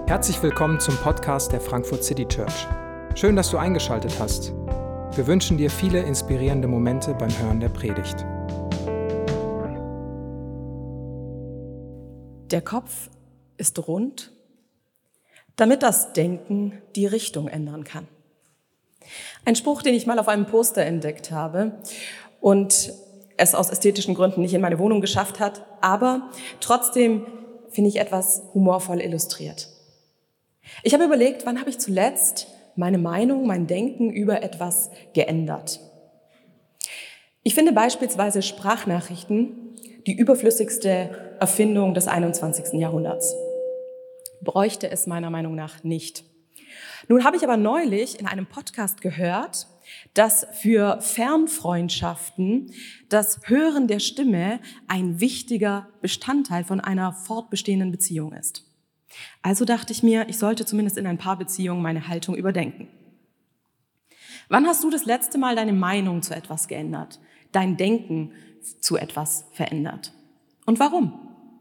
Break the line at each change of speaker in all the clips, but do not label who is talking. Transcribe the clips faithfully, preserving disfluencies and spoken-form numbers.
Herzlich willkommen zum Podcast der Frankfurt City Church. Schön, dass du eingeschaltet hast. Wir wünschen dir viele inspirierende Momente beim Hören der Predigt.
Der Kopf ist rund, damit das Denken die Richtung ändern kann. Ein Spruch, den ich mal auf einem Poster entdeckt habe und es aus ästhetischen Gründen nicht in meine Wohnung geschafft hat, aber trotzdem finde ich etwas humorvoll illustriert. Ich habe überlegt, wann habe ich zuletzt meine Meinung, mein Denken über etwas geändert? Ich finde beispielsweise Sprachnachrichten die überflüssigste Erfindung des einundzwanzigsten Jahrhunderts. Bräuchte es meiner Meinung nach nicht. Nun habe ich aber neulich in einem Podcast gehört, dass für Fernfreundschaften das Hören der Stimme ein wichtiger Bestandteil von einer fortbestehenden Beziehung ist. Also dachte ich mir, ich sollte zumindest in ein paar Beziehungen meine Haltung überdenken. Wann hast du das letzte Mal deine Meinung zu etwas geändert, dein Denken zu etwas verändert? Und warum?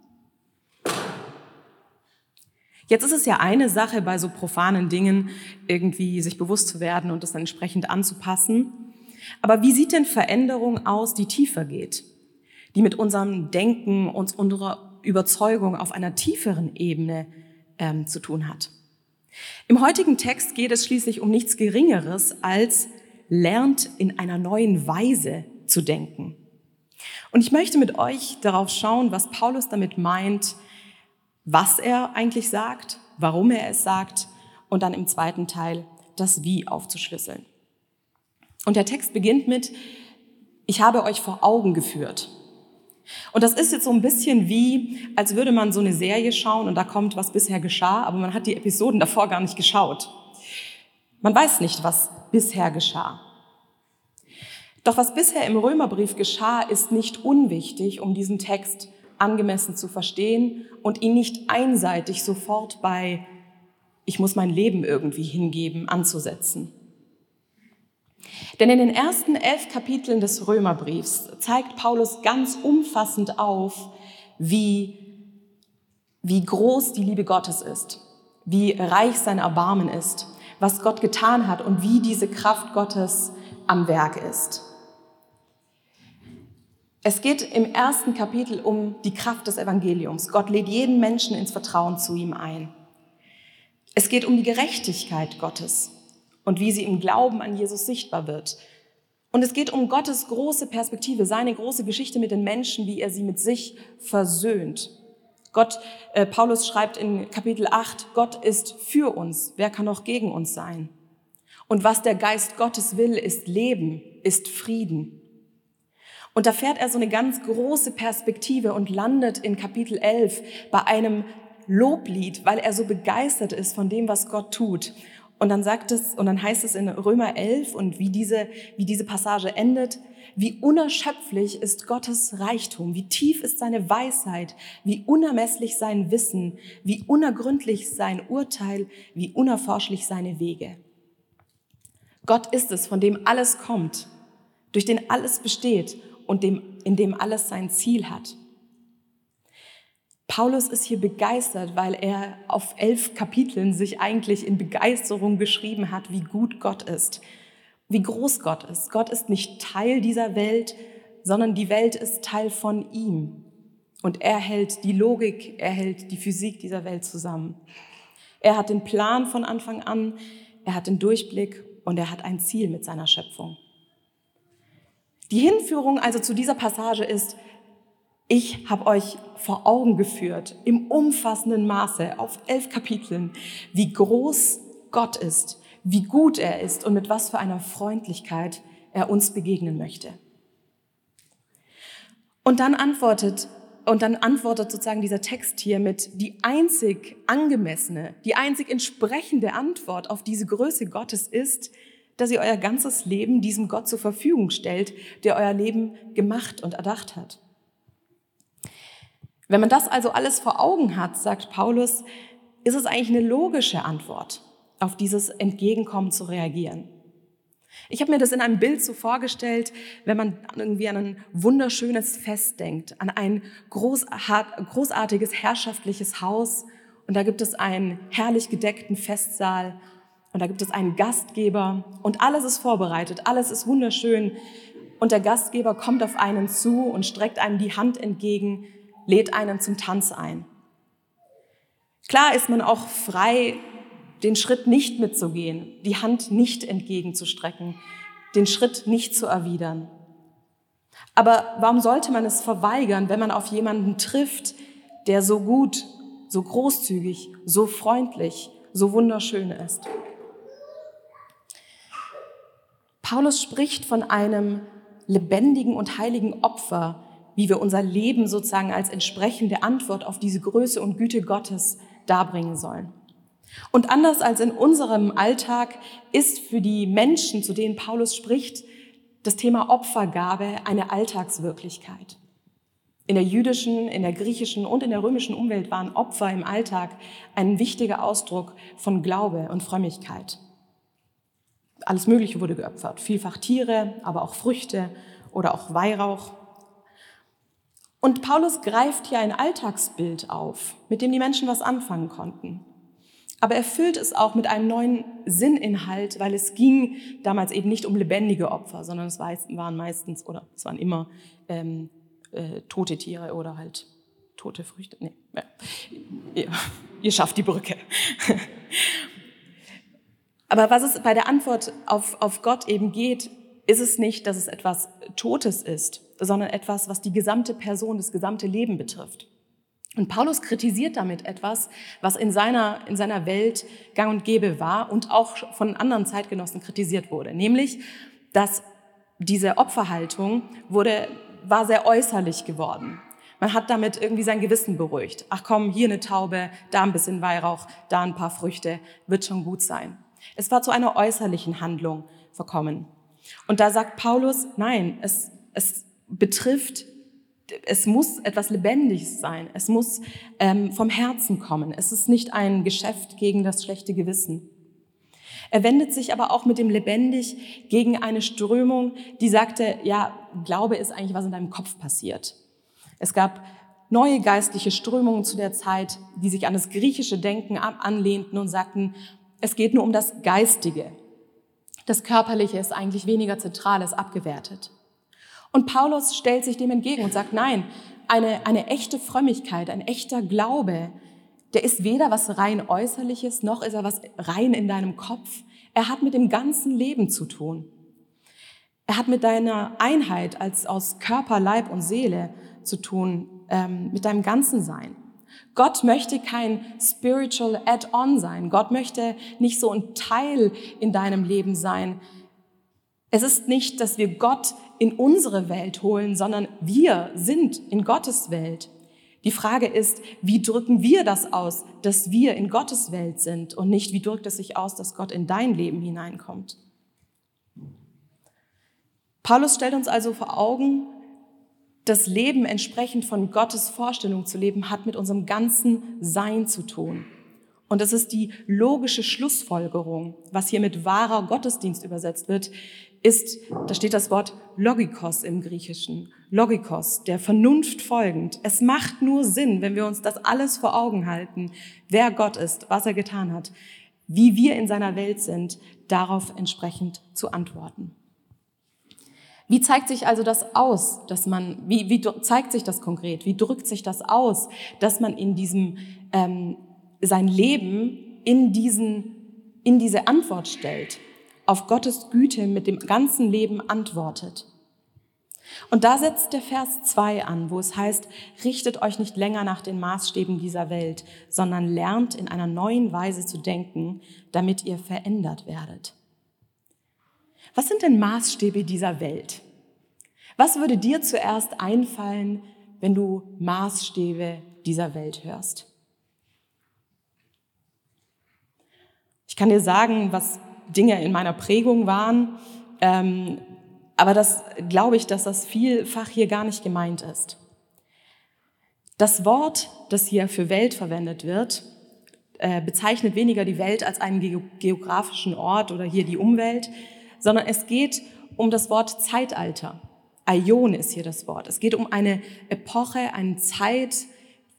Jetzt ist es ja eine Sache, bei so profanen Dingen irgendwie sich bewusst zu werden und das dann entsprechend anzupassen. Aber wie sieht denn Veränderung aus, die tiefer geht, die mit unserem Denken, uns unserer Überzeugung auf einer tieferen Ebene ähm, zu tun hat? Im heutigen Text geht es schließlich um nichts Geringeres als lernt in einer neuen Weise zu denken. Und ich möchte mit euch darauf schauen, was Paulus damit meint, was er eigentlich sagt, warum er es sagt und dann im zweiten Teil das Wie aufzuschlüsseln. Und der Text beginnt mit, ich habe euch vor Augen geführt. Und das ist jetzt so ein bisschen wie, als würde man so eine Serie schauen und da kommt, was bisher geschah, aber man hat die Episoden davor gar nicht geschaut. Man weiß nicht, was bisher geschah. Doch was bisher im Römerbrief geschah, ist nicht unwichtig, um diesen Text angemessen zu verstehen und ihn nicht einseitig sofort bei ich muss mein Leben irgendwie hingeben anzusetzen. Denn in den ersten elf Kapiteln des Römerbriefs zeigt Paulus ganz umfassend auf, wie, wie groß die Liebe Gottes ist, wie reich sein Erbarmen ist, was Gott getan hat und wie diese Kraft Gottes am Werk ist. Es geht im ersten Kapitel um die Kraft des Evangeliums. Gott lädt jeden Menschen ins Vertrauen zu ihm ein. Es geht um die Gerechtigkeit Gottes und wie sie im Glauben an Jesus sichtbar wird. Und es geht um Gottes große Perspektive, seine große Geschichte mit den Menschen, wie er sie mit sich versöhnt. Gott, äh, Paulus schreibt in Kapitel acht, Gott ist für uns, wer kann auch gegen uns sein? Und was der Geist Gottes will, ist Leben, ist Frieden. Und da fährt er so eine ganz große Perspektive und landet in Kapitel elf bei einem Loblied, weil er so begeistert ist von dem, was Gott tut. Und dann sagt es, und dann heißt es in Römer elf und wie diese, wie diese Passage endet, wie unerschöpflich ist Gottes Reichtum, wie tief ist seine Weisheit, wie unermesslich sein Wissen, wie unergründlich sein Urteil, wie unerforschlich seine Wege. Gott ist es, von dem alles kommt, durch den alles besteht und dem, in dem alles sein Ziel hat. Paulus ist hier begeistert, weil er auf elf Kapiteln sich eigentlich in Begeisterung beschrieben hat, wie gut Gott ist, wie groß Gott ist. Gott ist nicht Teil dieser Welt, sondern die Welt ist Teil von ihm. Und er hält die Logik, er hält die Physik dieser Welt zusammen. Er hat den Plan von Anfang an, er hat den Durchblick und er hat ein Ziel mit seiner Schöpfung. Die Hinführung also zu dieser Passage ist, ich habe euch vor Augen geführt, im umfassenden Maße, auf elf Kapiteln, wie groß Gott ist, wie gut er ist und mit was für einer Freundlichkeit er uns begegnen möchte. Und dann antwortet, und dann antwortet sozusagen dieser Text hier mit die einzig angemessene, die einzig entsprechende Antwort auf diese Größe Gottes ist, dass ihr euer ganzes Leben diesem Gott zur Verfügung stellt, der euer Leben gemacht und erdacht hat. Wenn man das also alles vor Augen hat, sagt Paulus, ist es eigentlich eine logische Antwort, auf dieses Entgegenkommen zu reagieren. Ich habe mir das in einem Bild so vorgestellt, wenn man irgendwie an ein wunderschönes Fest denkt, an ein großartiges herrschaftliches Haus Und da gibt es einen herrlich gedeckten Festsaal und da gibt es einen Gastgeber und alles ist vorbereitet, alles ist wunderschön. Und der Gastgeber kommt auf einen zu und streckt einem die Hand entgegen, lädt einen zum Tanz ein. Klar ist man auch frei, den Schritt nicht mitzugehen, die Hand nicht entgegenzustrecken, den Schritt nicht zu erwidern. Aber warum sollte man es verweigern, wenn man auf jemanden trifft, der so gut, so großzügig, so freundlich, so wunderschön ist? Paulus spricht von einem lebendigen und heiligen Opfer, wie wir unser Leben sozusagen als entsprechende Antwort auf diese Größe und Güte Gottes darbringen sollen. Und anders als in unserem Alltag ist für die Menschen, zu denen Paulus spricht, das Thema Opfergabe eine Alltagswirklichkeit. In der jüdischen, in der griechischen und in der römischen Umwelt waren Opfer im Alltag ein wichtiger Ausdruck von Glaube und Frömmigkeit. Alles Mögliche wurde geopfert, vielfach Tiere, aber auch Früchte oder auch Weihrauch. Und Paulus greift hier ein Alltagsbild auf, mit dem die Menschen was anfangen konnten. Aber er füllt es auch mit einem neuen Sinninhalt, weil es ging damals eben nicht um lebendige Opfer, sondern es waren meistens, oder es waren immer ähm, äh, tote Tiere oder halt tote Früchte. Nee, ja. ihr, ihr schafft die Brücke. Aber was es bei der Antwort auf, auf Gott eben geht, ist es nicht, dass es etwas Totes ist, sondern etwas, was die gesamte Person, das gesamte Leben betrifft. Und Paulus kritisiert damit etwas, was in seiner, in seiner Welt gang und gäbe war und auch von anderen Zeitgenossen kritisiert wurde. Nämlich, dass diese Opferhaltung wurde, war sehr äußerlich geworden. Man hat damit irgendwie sein Gewissen beruhigt. Ach komm, hier eine Taube, da ein bisschen Weihrauch, da ein paar Früchte, wird schon gut sein. Es war zu einer äußerlichen Handlung verkommen. Und da sagt Paulus, nein, es, es betrifft, es muss etwas Lebendiges sein. Es muss ähm, vom Herzen kommen. Es ist nicht ein Geschäft gegen das schlechte Gewissen. Er wendet sich aber auch mit dem lebendig gegen eine Strömung, die sagte, ja, Glaube ist eigentlich, was in deinem Kopf passiert. Es gab neue geistliche Strömungen zu der Zeit, die sich an das griechische Denken anlehnten und sagten, es geht nur um das Geistige. Das Körperliche ist eigentlich weniger zentral, ist abgewertet. Und Paulus stellt sich dem entgegen und sagt, nein, eine, eine echte Frömmigkeit, ein echter Glaube, der ist weder was rein Äußerliches, noch ist er was rein in deinem Kopf. Er hat mit dem ganzen Leben zu tun. Er hat mit deiner Einheit als aus Körper, Leib und Seele zu tun, ähm, mit deinem ganzen Sein. Gott möchte kein spiritual add-on sein. Gott möchte nicht so ein Teil in deinem Leben sein. Es ist nicht, dass wir Gott in unsere Welt holen, sondern wir sind in Gottes Welt. Die Frage ist, wie drücken wir das aus, dass wir in Gottes Welt sind und nicht, wie drückt es sich aus, dass Gott in dein Leben hineinkommt. Paulus stellt uns also vor Augen, das Leben entsprechend von Gottes Vorstellung zu leben, hat mit unserem ganzen Sein zu tun. Und das ist die logische Schlussfolgerung, was hier mit wahrer Gottesdienst übersetzt wird, ist, da steht das Wort Logikos im Griechischen. Logikos, der Vernunft folgend. Es macht nur Sinn, wenn wir uns das alles vor Augen halten, wer Gott ist, was er getan hat, wie wir in seiner Welt sind, darauf entsprechend zu antworten. Wie zeigt sich also das aus, dass man, wie, wie zeigt sich das konkret? Wie drückt sich das aus, dass man in diesem, ähm, sein Leben in diesen, in diese Antwort stellt, auf Gottes Güte mit dem ganzen Leben antwortet? Und da setzt der Vers zwei an, wo es heißt, richtet euch nicht länger nach den Maßstäben dieser Welt, sondern lernt in einer neuen Weise zu denken, damit ihr verändert werdet. Was sind denn Maßstäbe dieser Welt? Was würde dir zuerst einfallen, wenn du Maßstäbe dieser Welt hörst? Ich kann dir sagen, was Dinge in meiner Prägung waren, ähm, aber das glaube ich, dass das vielfach hier gar nicht gemeint ist. Das Wort, das hier für Welt verwendet wird, äh, bezeichnet weniger die Welt als einen ge- geografischen Ort oder hier die Umwelt, sondern es geht um das Wort Zeitalter. Aion ist hier das Wort. Es geht um eine Epoche, eine Zeit,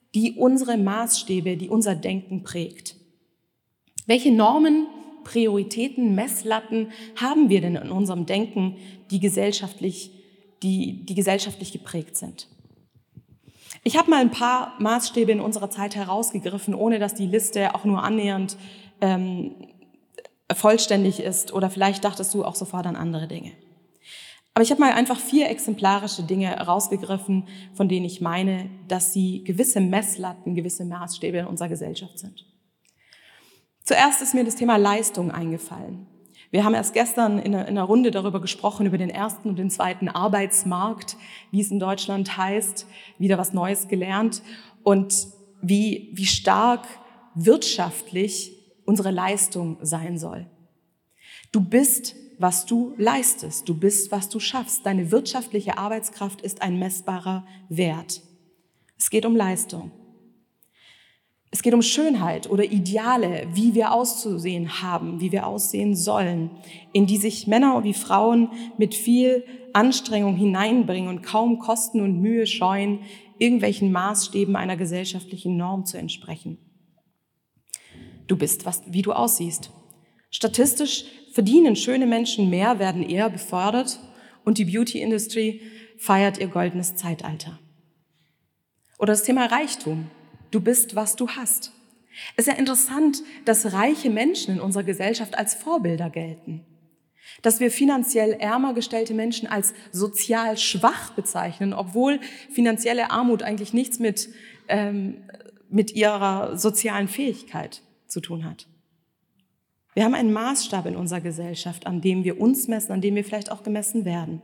die unsere Maßstäbe, die unser Denken prägt. Welche Normen, Prioritäten, Messlatten haben wir denn in unserem Denken, die gesellschaftlich, die, die gesellschaftlich geprägt sind? Ich habe mal ein paar Maßstäbe in unserer Zeit herausgegriffen, ohne dass die Liste auch nur annähernd ähm, vollständig ist, oder vielleicht dachtest du auch sofort an andere Dinge. Aber ich habe mal einfach vier exemplarische Dinge herausgegriffen, von denen ich meine, dass sie gewisse Messlatten, gewisse Maßstäbe in unserer Gesellschaft sind. Zuerst ist mir das Thema Leistung eingefallen. Wir haben erst gestern in einer Runde darüber gesprochen, über den ersten und den zweiten Arbeitsmarkt, wie es in Deutschland heißt, wieder was Neues gelernt und wie, wie stark wirtschaftlich unsere Leistung sein soll. Du bist, was du leistest. Du bist, was du schaffst. Deine wirtschaftliche Arbeitskraft ist ein messbarer Wert. Es geht um Leistung. Es geht um Schönheit oder Ideale, wie wir auszusehen haben, wie wir aussehen sollen, in die sich Männer wie Frauen mit viel Anstrengung hineinbringen und kaum Kosten und Mühe scheuen, irgendwelchen Maßstäben einer gesellschaftlichen Norm zu entsprechen. Du bist, was, wie du aussiehst. Statistisch verdienen schöne Menschen mehr, werden eher befördert und die Beauty-Industry feiert ihr goldenes Zeitalter. Oder das Thema Reichtum. Du bist, was du hast. Es ist ja interessant, dass reiche Menschen in unserer Gesellschaft als Vorbilder gelten. Dass wir finanziell ärmer gestellte Menschen als sozial schwach bezeichnen, obwohl finanzielle Armut eigentlich nichts mit, ähm, mit ihrer sozialen Fähigkeit zu tun hat. Wir haben einen Maßstab in unserer Gesellschaft, an dem wir uns messen, an dem wir vielleicht auch gemessen werden.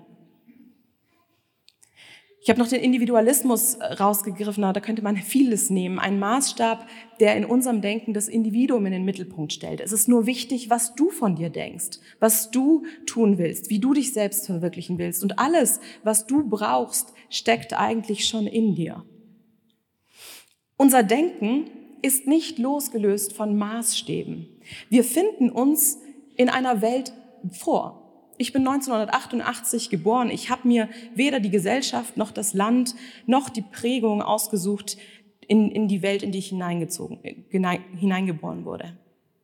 Ich habe noch den Individualismus rausgegriffen, da könnte man vieles nehmen. Ein Maßstab, der in unserem Denken das Individuum in den Mittelpunkt stellt. Es ist nur wichtig, was du von dir denkst, was du tun willst, wie du dich selbst verwirklichen willst. Und alles, was du brauchst, steckt eigentlich schon in dir. Unser Denken ist nicht losgelöst von Maßstäben. Wir finden uns in einer Welt vor. Ich bin neunzehnhundertachtundachtzig geboren. Ich habe mir weder die Gesellschaft noch das Land noch die Prägung ausgesucht in, in die Welt, in die ich hineingezogen, hineingeboren wurde.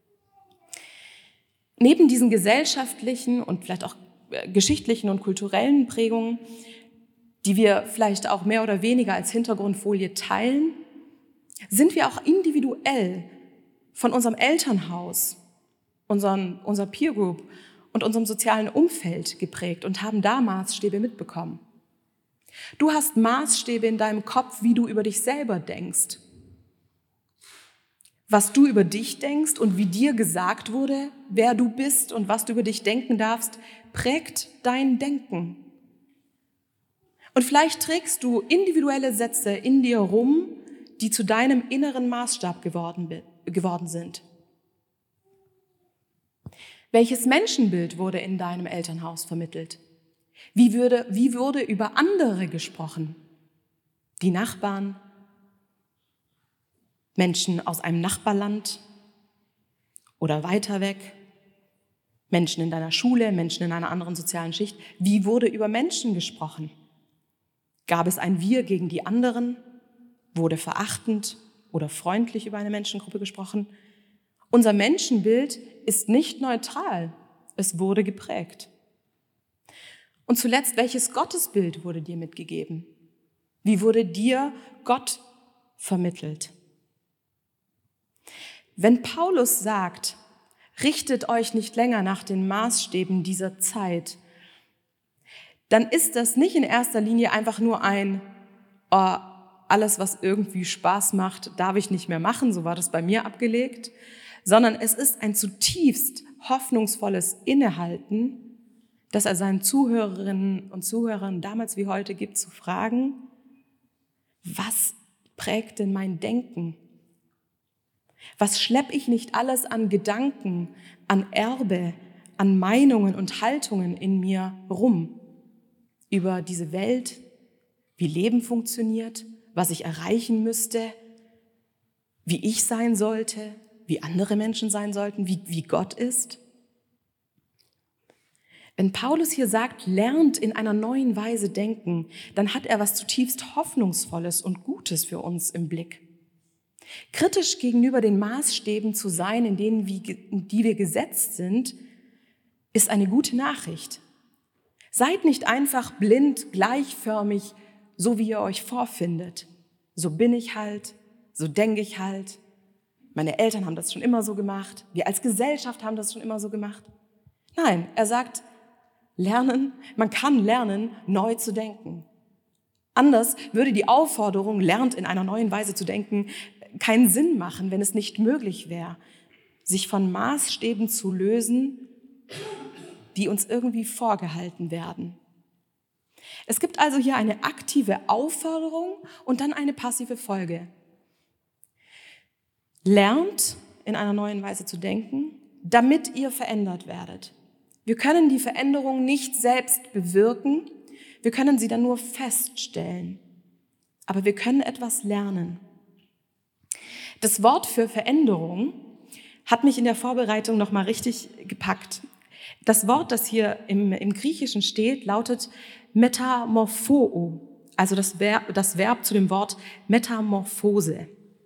Neben diesen gesellschaftlichen und vielleicht auch geschichtlichen und kulturellen Prägungen, die wir vielleicht auch mehr oder weniger als Hintergrundfolie teilen, sind wir auch individuell von unserem Elternhaus, unseren, unserer Peer Group und unserem sozialen Umfeld geprägt und haben da Maßstäbe mitbekommen. Du hast Maßstäbe in deinem Kopf, wie du über dich selber denkst. Was du über dich denkst und wie dir gesagt wurde, wer du bist und was du über dich denken darfst, prägt dein Denken. Und vielleicht trägst du individuelle Sätze in dir rum, die zu deinem inneren Maßstab geworden, geworden sind. Welches Menschenbild wurde in deinem Elternhaus vermittelt? Wie würde, wie wurde über andere gesprochen? Die Nachbarn, Menschen aus einem Nachbarland oder weiter weg, Menschen in deiner Schule, Menschen in einer anderen sozialen Schicht. Wie wurde über Menschen gesprochen? Gab es ein Wir gegen die anderen? Wurde verachtend oder freundlich über eine Menschengruppe gesprochen? Unser Menschenbild ist nicht neutral, es wurde geprägt. Und zuletzt, welches Gottesbild wurde dir mitgegeben? Wie wurde dir Gott vermittelt? Wenn Paulus sagt, richtet euch nicht länger nach den Maßstäben dieser Zeit, dann ist das nicht in erster Linie einfach nur ein, oh, alles, was irgendwie Spaß macht, darf ich nicht mehr machen, so war das bei mir abgelegt, sondern es ist ein zutiefst hoffnungsvolles Innehalten, das er seinen Zuhörerinnen und Zuhörern damals wie heute gibt, zu fragen, was prägt denn mein Denken? Was schleppe ich nicht alles an Gedanken, an Erbe, an Meinungen und Haltungen in mir rum? Über diese Welt, wie Leben funktioniert, was ich erreichen müsste, wie ich sein sollte, wie andere Menschen sein sollten, wie, wie Gott ist. Wenn Paulus hier sagt, lernt in einer neuen Weise denken, dann hat er was zutiefst Hoffnungsvolles und Gutes für uns im Blick. Kritisch gegenüber den Maßstäben zu sein, in denen wir, in die wir gesetzt sind, ist eine gute Nachricht. Seid nicht einfach blind, gleichförmig, so wie ihr euch vorfindet. So bin ich halt, so denke ich halt. Meine Eltern haben das schon immer so gemacht. Wir als Gesellschaft haben das schon immer so gemacht. Nein, er sagt, lernen, man kann lernen, neu zu denken. Anders würde die Aufforderung, lernt in einer neuen Weise zu denken, keinen Sinn machen, wenn es nicht möglich wäre, sich von Maßstäben zu lösen, die uns irgendwie vorgehalten werden. Es gibt also hier eine aktive Aufforderung und dann eine passive Folge. Lernt in einer neuen Weise zu denken, damit ihr verändert werdet. Wir können die Veränderung nicht selbst bewirken, wir können sie dann nur feststellen. Aber wir können etwas lernen. Das Wort für Veränderung hat mich in der Vorbereitung nochmal richtig gepackt. Das Wort, das hier im, im Griechischen steht, lautet Metamorpho, also das Verb, das Verb zu dem Wort Metamorphose.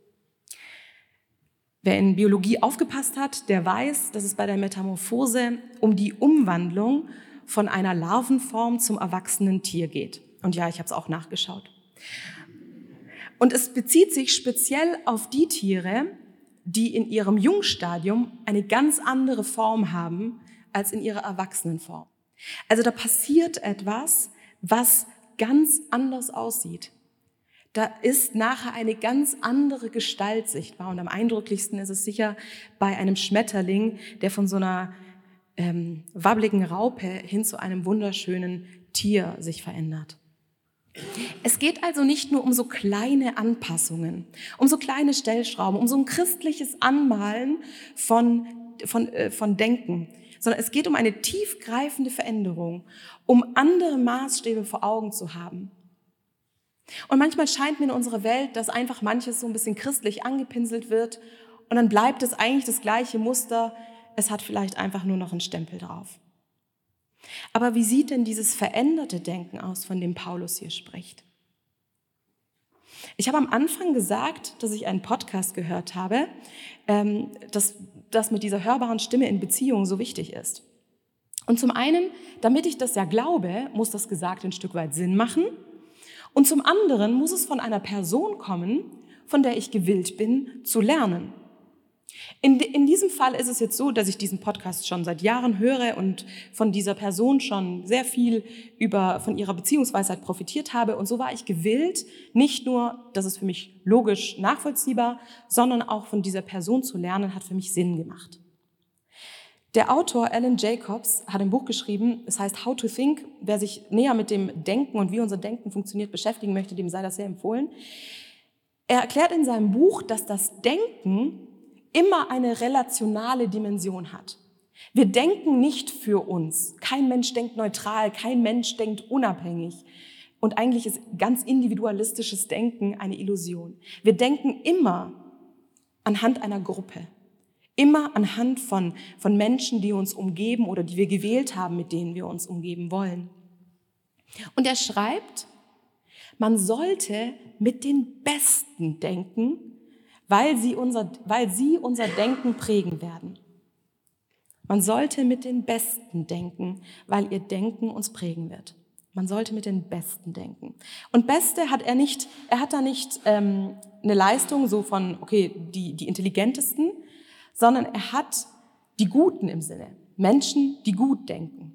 Wer in Biologie aufgepasst hat, der weiß, dass es bei der Metamorphose um die Umwandlung von einer Larvenform zum erwachsenen Tier geht. Und ja, ich habe es auch nachgeschaut. Und es bezieht sich speziell auf die Tiere, die in ihrem Jungstadium eine ganz andere Form haben als in ihrer Erwachsenenform. Also da passiert etwas, was ganz anders aussieht. Da ist nachher eine ganz andere Gestalt sichtbar. Und am eindrücklichsten ist es sicher bei einem Schmetterling, der von so einer ähm, wabbligen Raupe hin zu einem wunderschönen Tier sich verändert. Es geht also nicht nur um so kleine Anpassungen, um so kleine Stellschrauben, um so ein christliches Anmalen von, von, äh, von Denken, sondern es geht um eine tiefgreifende Veränderung, um andere Maßstäbe vor Augen zu haben. Und manchmal scheint mir in unserer Welt, dass einfach manches so ein bisschen christlich angepinselt wird und dann bleibt es eigentlich das gleiche Muster, es hat vielleicht einfach nur noch einen Stempel drauf. Aber wie sieht denn dieses veränderte Denken aus, von dem Paulus hier spricht? Ich habe am Anfang gesagt, dass ich einen Podcast gehört habe, dass das mit dieser hörbaren Stimme in Beziehungen so wichtig ist. Und zum einen, damit ich das ja glaube, muss das Gesagte ein Stück weit Sinn machen. Und zum anderen muss es von einer Person kommen, von der ich gewillt bin, zu lernen. In, in diesem Fall ist es jetzt so, dass ich diesen Podcast schon seit Jahren höre und von dieser Person schon sehr viel über, von ihrer Beziehungsweisheit profitiert habe. Und so war ich gewillt, nicht nur, das ist für mich logisch nachvollziehbar, sondern auch von dieser Person zu lernen, hat für mich Sinn gemacht. Der Autor Alan Jacobs hat ein Buch geschrieben, es heißt How to Think. Wer sich näher mit dem Denken und wie unser Denken funktioniert beschäftigen möchte, dem sei das sehr empfohlen. Er erklärt in seinem Buch, dass das Denken immer eine relationale Dimension hat. Wir denken nicht für uns. Kein Mensch denkt neutral, kein Mensch denkt unabhängig. Und eigentlich ist ganz individualistisches Denken eine Illusion. Wir denken immer anhand einer Gruppe. Immer anhand von, von Menschen, die uns umgeben oder die wir gewählt haben, mit denen wir uns umgeben wollen. Und er schreibt, man sollte mit den Besten denken, weil sie unser, weil sie unser Denken prägen werden. Man sollte mit den Besten denken, weil ihr Denken uns prägen wird. Man sollte mit den Besten denken. Und Beste hat er nicht, er hat da nicht ähm, eine Leistung so von, okay, die, die Intelligentesten, sondern er hat die Guten im Sinne. Menschen, die gut denken.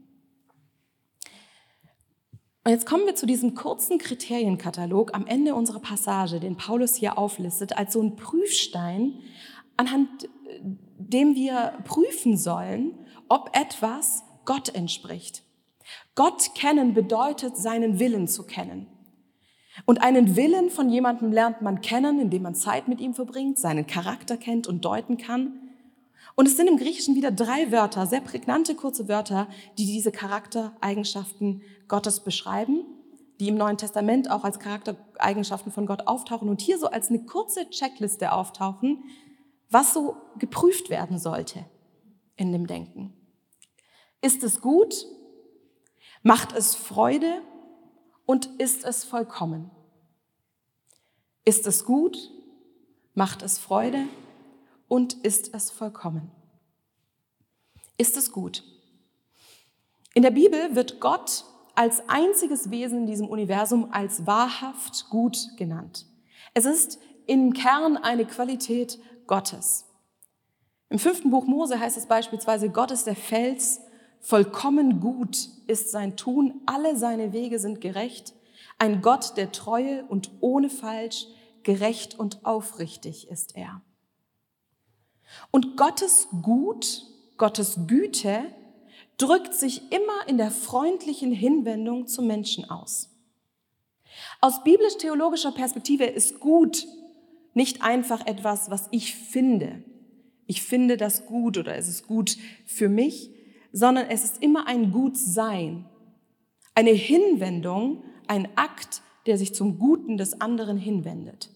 Und jetzt kommen wir zu diesem kurzen Kriterienkatalog am Ende unserer Passage, den Paulus hier auflistet, als so ein Prüfstein, anhand dem wir prüfen sollen, ob etwas Gott entspricht. Gott kennen bedeutet, seinen Willen zu kennen. Und einen Willen von jemandem lernt man kennen, indem man Zeit mit ihm verbringt, seinen Charakter kennt und deuten kann. Und es sind im Griechischen wieder drei Wörter, sehr prägnante, kurze Wörter, die diese Charaktereigenschaften Gottes beschreiben, die im Neuen Testament auch als Charaktereigenschaften von Gott auftauchen und hier so als eine kurze Checkliste auftauchen, was so geprüft werden sollte in dem Denken. Ist es gut? Macht es Freude? Und ist es vollkommen? Ist es gut? macht es Freude und ist es vollkommen. Ist es gut? In der Bibel wird Gott als einziges Wesen in diesem Universum als wahrhaft gut genannt. Es ist im Kern eine Qualität Gottes. Im fünften Buch Mose heißt es beispielsweise, Gott ist der Fels, vollkommen gut ist sein Tun, alle seine Wege sind gerecht, ein Gott der Treue und ohne Falsch, gerecht und aufrichtig ist er. Und Gottes Gut, Gottes Güte drückt sich immer in der freundlichen Hinwendung zum Menschen aus. Aus biblisch-theologischer Perspektive ist gut nicht einfach etwas, was ich finde. Ich finde das gut oder es ist gut für mich, sondern es ist immer ein Gutsein, eine Hinwendung, ein Akt, der sich zum Guten des anderen hinwendet.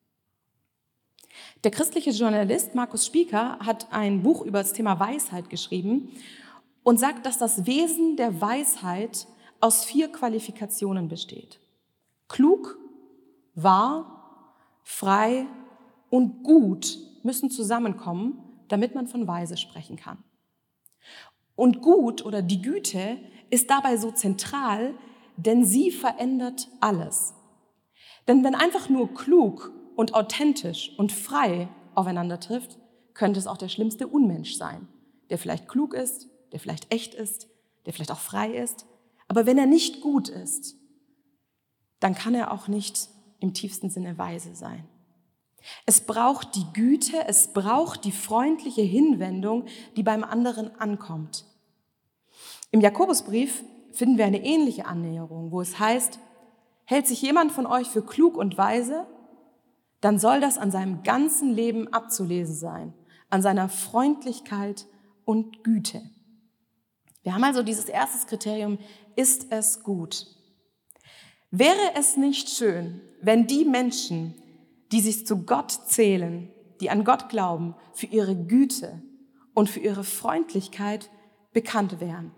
Der christliche Journalist Markus Spieker hat ein Buch über das Thema Weisheit geschrieben und sagt, dass das Wesen der Weisheit aus vier Qualifikationen besteht. Klug, wahr, frei und gut müssen zusammenkommen, damit man von Weise sprechen kann. Und gut oder die Güte ist dabei so zentral, denn sie verändert alles. Denn wenn einfach nur klug und authentisch und frei aufeinander trifft, könnte es auch der schlimmste Unmensch sein, der vielleicht klug ist, der vielleicht echt ist, der vielleicht auch frei ist. Aber wenn er nicht gut ist, dann kann er auch nicht im tiefsten Sinne weise sein. Es braucht die Güte, es braucht die freundliche Hinwendung, die beim anderen ankommt. Im Jakobusbrief finden wir eine ähnliche Annäherung, wo es heißt, hält sich jemand von euch für klug und weise, dann soll das an seinem ganzen Leben abzulesen sein, an seiner Freundlichkeit und Güte. Wir haben also dieses erste Kriterium, ist es gut? Wäre es nicht schön, wenn die Menschen, die sich zu Gott zählen, die an Gott glauben, für ihre Güte und für ihre Freundlichkeit bekannt wären?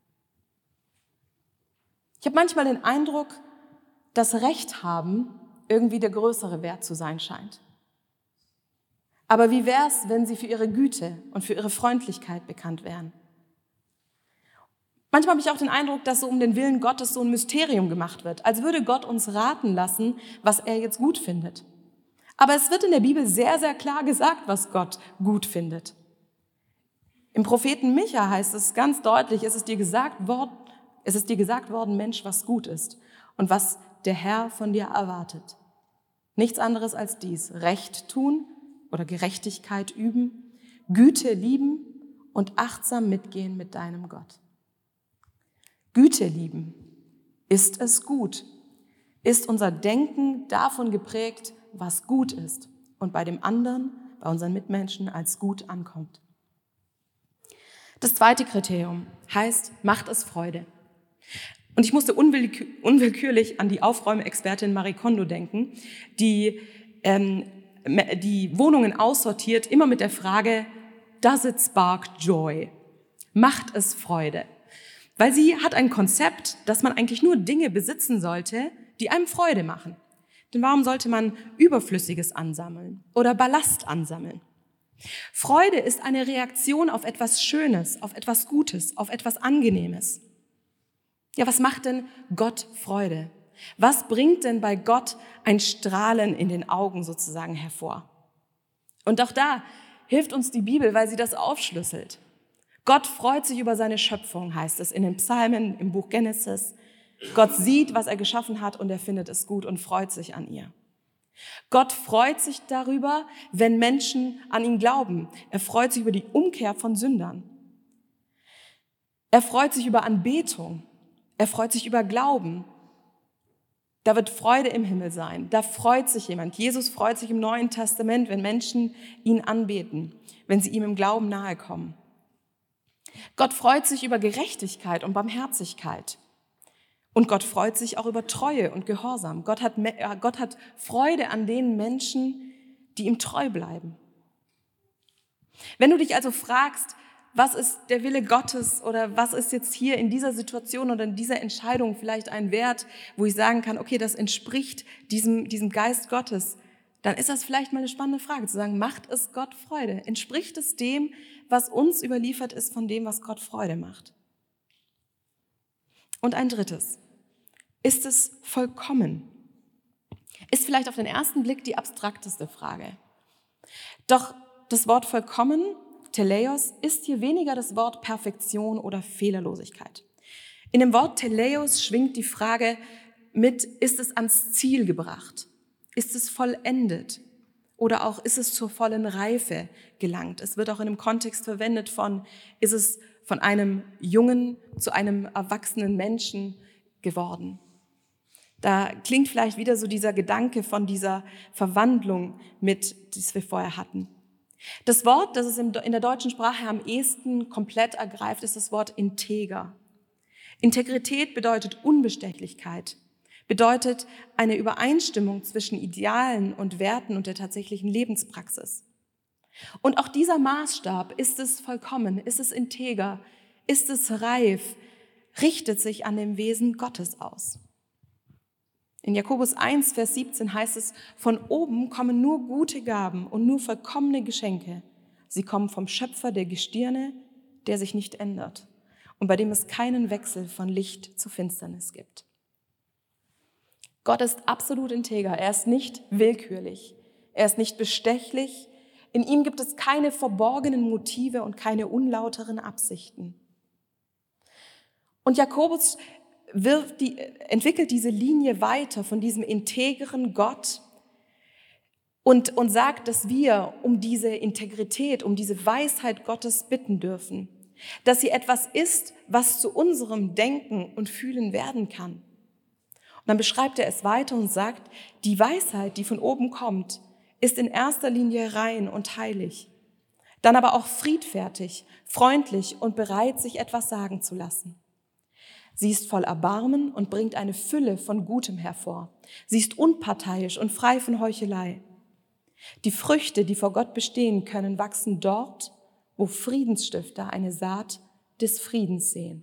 Ich habe manchmal den Eindruck, dass Recht haben irgendwie der größere Wert zu sein scheint. Aber wie wäre es, wenn sie für ihre Güte und für ihre Freundlichkeit bekannt wären? Manchmal habe ich auch den Eindruck, dass so um den Willen Gottes so ein Mysterium gemacht wird, als würde Gott uns raten lassen, was er jetzt gut findet. Aber es wird in der Bibel sehr, sehr klar gesagt, was Gott gut findet. Im Propheten Micha heißt es ganz deutlich, es ist dir gesagt worden, es ist dir gesagt worden, Mensch, was gut ist und was der Herr von dir erwartet. Nichts anderes als dies, Recht tun oder Gerechtigkeit üben, Güte lieben und achtsam mitgehen mit deinem Gott. Güte lieben, ist es gut? Ist unser Denken davon geprägt, was gut ist und bei dem anderen, bei unseren Mitmenschen als gut ankommt? Das zweite Kriterium heißt, macht es Freude. Und ich musste unwillkür- unwillkürlich an die Aufräumexpertin Marie Kondo denken, die ähm, die Wohnungen aussortiert, immer mit der Frage, does it spark joy? Macht es Freude? Weil sie hat ein Konzept, dass man eigentlich nur Dinge besitzen sollte, die einem Freude machen. Denn warum sollte man Überflüssiges ansammeln oder Ballast ansammeln? Freude ist eine Reaktion auf etwas Schönes, auf etwas Gutes, auf etwas Angenehmes. Ja, was macht denn Gott Freude? Was bringt denn bei Gott ein Strahlen in den Augen sozusagen hervor? Und auch da hilft uns die Bibel, weil sie das aufschlüsselt. Gott freut sich über seine Schöpfung, heißt es in den Psalmen, im Buch Genesis. Gott sieht, was er geschaffen hat und er findet es gut und freut sich an ihr. Gott freut sich darüber, wenn Menschen an ihn glauben. Er freut sich über die Umkehr von Sündern. Er freut sich über Anbetung. Er freut sich über Glauben. Da wird Freude im Himmel sein. Da freut sich jemand. Jesus freut sich im Neuen Testament, wenn Menschen ihn anbeten, wenn sie ihm im Glauben nahe kommen. Gott freut sich über Gerechtigkeit und Barmherzigkeit. Und Gott freut sich auch über Treue und Gehorsam. Gott hat, Gott hat Freude an den Menschen, die ihm treu bleiben. Wenn du dich also fragst, was ist der Wille Gottes oder was ist jetzt hier in dieser Situation oder in dieser Entscheidung vielleicht ein Wert, wo ich sagen kann, okay, das entspricht diesem, diesem Geist Gottes, dann ist das vielleicht mal eine spannende Frage, zu sagen, macht es Gott Freude? Entspricht es dem, was uns überliefert ist, von dem, was Gott Freude macht? Und ein drittes, ist es vollkommen? Ist vielleicht auf den ersten Blick die abstrakteste Frage. Doch das Wort vollkommen, Teleios, ist hier weniger das Wort Perfektion oder Fehlerlosigkeit. In dem Wort Teleios schwingt die Frage mit, ist es ans Ziel gebracht? Ist es vollendet? Oder auch, ist es zur vollen Reife gelangt? Es wird auch in einem Kontext verwendet von, ist es von einem Jungen zu einem erwachsenen Menschen geworden? Da klingt vielleicht wieder so dieser Gedanke von dieser Verwandlung mit, die wir vorher hatten. Das Wort, das es in der deutschen Sprache am ehesten komplett ergreift, ist das Wort integer. Integrität bedeutet Unbestechlichkeit, bedeutet eine Übereinstimmung zwischen Idealen und Werten und der tatsächlichen Lebenspraxis. Und auch dieser Maßstab, ist es vollkommen, ist es integer, ist es reif, richtet sich an dem Wesen Gottes aus. In Jakobus eins, Vers siebzehn heißt es, von oben kommen nur gute Gaben und nur vollkommene Geschenke. Sie kommen vom Schöpfer der Gestirne, der sich nicht ändert und bei dem es keinen Wechsel von Licht zu Finsternis gibt. Gott ist absolut integer, er ist nicht willkürlich, er ist nicht bestechlich, in ihm gibt es keine verborgenen Motive und keine unlauteren Absichten. Und Jakobus wirft die, entwickelt diese Linie weiter von diesem integren Gott und, und sagt, dass wir um diese Integrität, um diese Weisheit Gottes bitten dürfen, dass sie etwas ist, was zu unserem Denken und Fühlen werden kann. Und dann beschreibt er es weiter und sagt, die Weisheit, die von oben kommt, ist in erster Linie rein und heilig, dann aber auch friedfertig, freundlich und bereit, sich etwas sagen zu lassen. Sie ist voll Erbarmen und bringt eine Fülle von Gutem hervor. Sie ist unparteiisch und frei von Heuchelei. Die Früchte, die vor Gott bestehen können, wachsen dort, wo Friedensstifter eine Saat des Friedens sehen.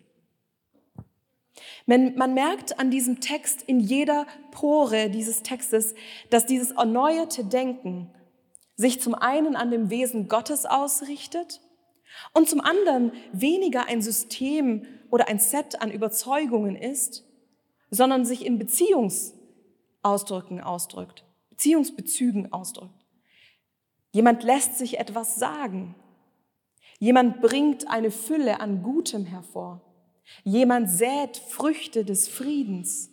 Man merkt an diesem Text, in jeder Pore dieses Textes, dass dieses erneuerte Denken sich zum einen an dem Wesen Gottes ausrichtet und zum anderen weniger ein System oder ein Set an Überzeugungen ist, sondern sich in Beziehungsausdrücken ausdrückt, Beziehungsbezügen ausdrückt. Jemand lässt sich etwas sagen. Jemand bringt eine Fülle an Gutem hervor. Jemand sät Früchte des Friedens.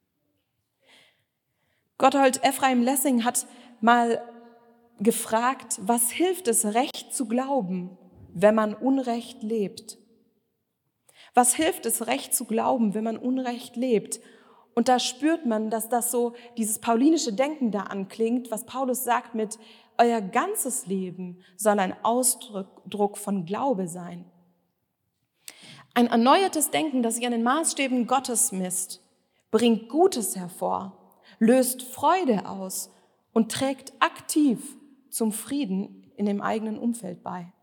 Gotthold Ephraim Lessing hat mal gefragt, was hilft es, Recht zu glauben, wenn man Unrecht lebt? Was hilft es, Recht zu glauben, wenn man Unrecht lebt? Und da spürt man, dass das so dieses paulinische Denken da anklingt, was Paulus sagt mit, euer ganzes Leben soll ein Ausdruck von Glaube sein. Ein erneuertes Denken, das sich an den Maßstäben Gottes misst, bringt Gutes hervor, löst Freude aus und trägt aktiv zum Frieden in dem eigenen Umfeld bei.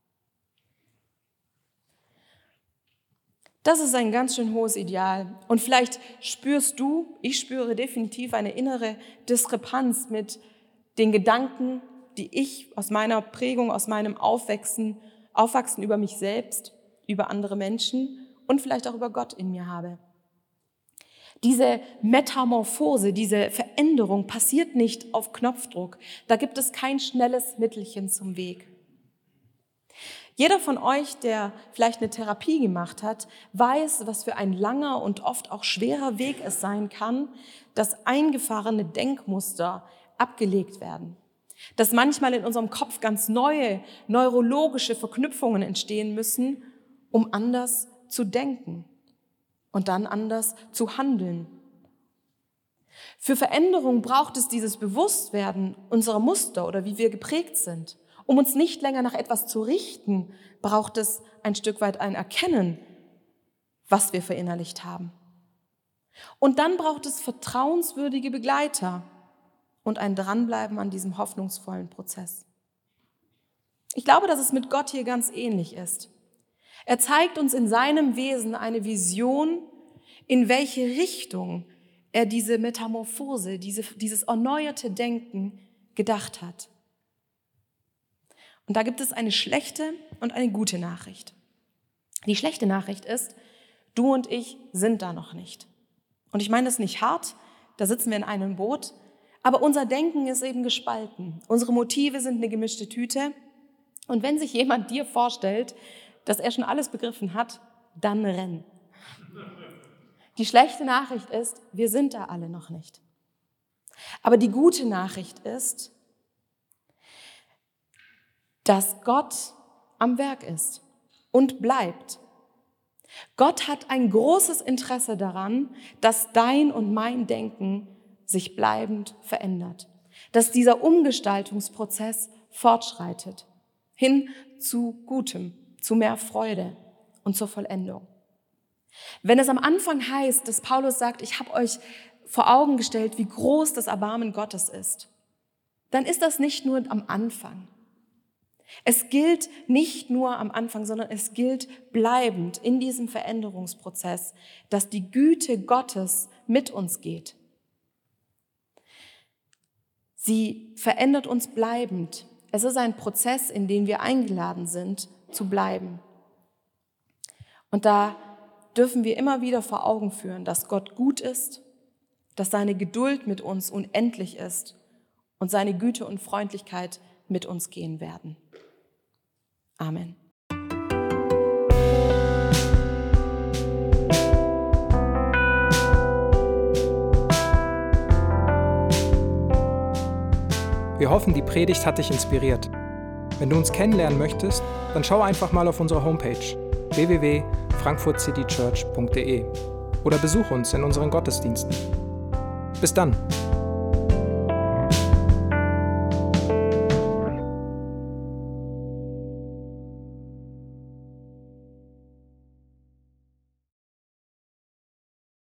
Das ist ein ganz schön hohes Ideal. Und vielleicht spürst du, ich spüre definitiv eine innere Diskrepanz mit den Gedanken, die ich aus meiner Prägung, aus meinem Aufwachsen, Aufwachsen über mich selbst, über andere Menschen und vielleicht auch über Gott in mir habe. Diese Metamorphose, diese Veränderung passiert nicht auf Knopfdruck. Da gibt es kein schnelles Mittelchen zum Weg. Jeder von euch, der vielleicht eine Therapie gemacht hat, weiß, was für ein langer und oft auch schwerer Weg es sein kann, dass eingefahrene Denkmuster abgelegt werden. Dass manchmal in unserem Kopf ganz neue neurologische Verknüpfungen entstehen müssen, um anders zu denken und dann anders zu handeln. Für Veränderung braucht es dieses Bewusstwerden unserer Muster oder wie wir geprägt sind. Um uns nicht länger nach etwas zu richten, braucht es ein Stück weit ein Erkennen, was wir verinnerlicht haben. Und dann braucht es vertrauenswürdige Begleiter und ein Dranbleiben an diesem hoffnungsvollen Prozess. Ich glaube, dass es mit Gott hier ganz ähnlich ist. Er zeigt uns in seinem Wesen eine Vision, in welche Richtung er diese Metamorphose, diese, dieses erneuerte Denken gedacht hat. Und da gibt es eine schlechte und eine gute Nachricht. Die schlechte Nachricht ist, du und ich sind da noch nicht. Und ich meine das nicht hart, da sitzen wir in einem Boot, aber unser Denken ist eben gespalten. Unsere Motive sind eine gemischte Tüte. Und wenn sich jemand dir vorstellt, dass er schon alles begriffen hat, dann renn. Die schlechte Nachricht ist, wir sind da alle noch nicht. Aber die gute Nachricht ist, dass Gott am Werk ist und bleibt. Gott hat ein großes Interesse daran, dass dein und mein Denken sich bleibend verändert, dass dieser Umgestaltungsprozess fortschreitet, hin zu Gutem, zu mehr Freude und zur Vollendung. Wenn es am Anfang heißt, dass Paulus sagt, ich habe euch vor Augen gestellt, wie groß das Erbarmen Gottes ist, dann ist das nicht nur am Anfang. Es gilt nicht nur am Anfang, sondern es gilt bleibend in diesem Veränderungsprozess, dass die Güte Gottes mit uns geht. Sie verändert uns bleibend. Es ist ein Prozess, in den wir eingeladen sind, zu bleiben. Und da dürfen wir immer wieder vor Augen führen, dass Gott gut ist, dass seine Geduld mit uns unendlich ist und seine Güte und Freundlichkeit mit uns gehen werden. Amen.
Wir hoffen, die Predigt hat dich inspiriert. Wenn du uns kennenlernen möchtest, dann schau einfach mal auf unsere Homepage w w w punkt frankfurt city church punkt d e oder besuch uns in unseren Gottesdiensten. Bis dann!